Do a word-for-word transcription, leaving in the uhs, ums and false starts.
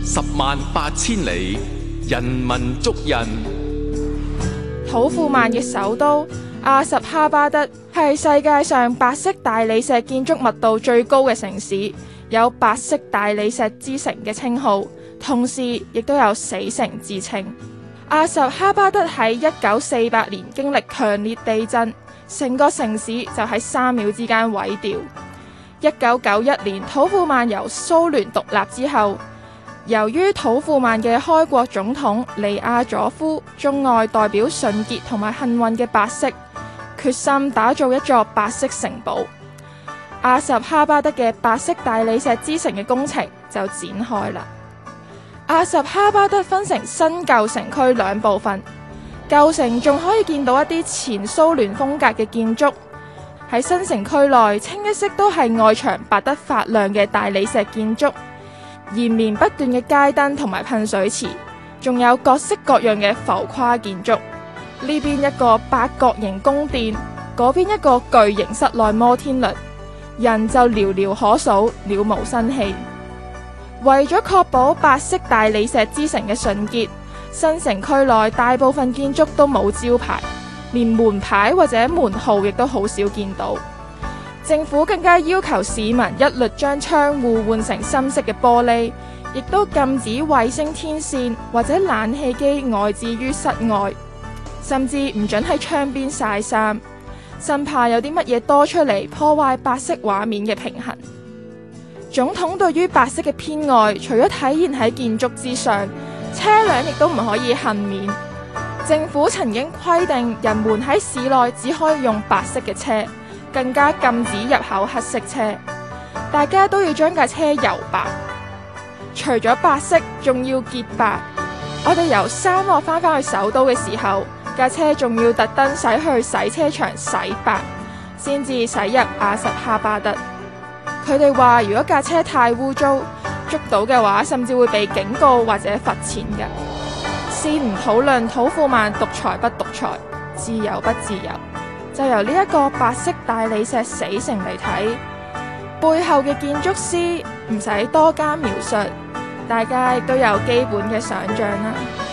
十萬八千里，人文足印。 土庫曼嘅首都阿什哈巴德係世界上白色大理石建築密度最高嘅城市，有白色大理石之城嘅稱號，同時亦都有死城之稱。阿什哈巴德喺一九四八年經歷強烈地震，成個城市就喺三秒之間毀掉。一九九一年土庫曼由蘇聯獨立之後，由於土庫曼嘅開國總統尼亞佐夫鍾愛代表純潔同埋幸運嘅白色，決心打造一座白色城堡。阿什哈巴德嘅白色大理石之城嘅工程就展開啦。阿什哈巴德分成新舊城區兩部分，舊城仲可以見到一啲前蘇聯風格嘅建築。喺新城區內，清一色都係外牆白得發亮嘅大理石建築，延綿不斷嘅街燈同埋噴水池，仲有各式各樣嘅浮誇建築。呢邊一個八角形宮殿，嗰邊一個巨型室內摩天輪，人就寥寥可數，了無生氣。為咗確保白色大理石之城嘅純潔，新城區內大部分建築都冇招牌，連門牌或者門號亦都好少見到。政府更加要求市民一律將窗戶換成深色嘅玻璃，亦都禁止衛星天線或者冷氣機外置於室外，甚至唔准喺窗邊曬衫，生怕有啲乜嘢多出嚟破壞白色畫面嘅平衡。總統對於白色嘅偏愛，除咗體現喺建築之上，車輛亦都唔可以幸免。政府曾經規定人們喺市內只可以用白色嘅車，更加禁止入口黑色車，大家都要將架車油白。除咗白色，仲要潔白。我哋由沙漠返返去首都嘅時候，架車仲要特登駛去洗車場洗白，先至駛入阿什哈巴德。佢哋話如果架車太污糟，捉到嘅話甚至會被警告或者罰錢嘅。先唔討論土庫曼獨裁不獨裁，自由不自由，就由呢一個白色大理石死城嚟睇，背後嘅建築師唔使多加描述，大家亦都有基本嘅想像啦。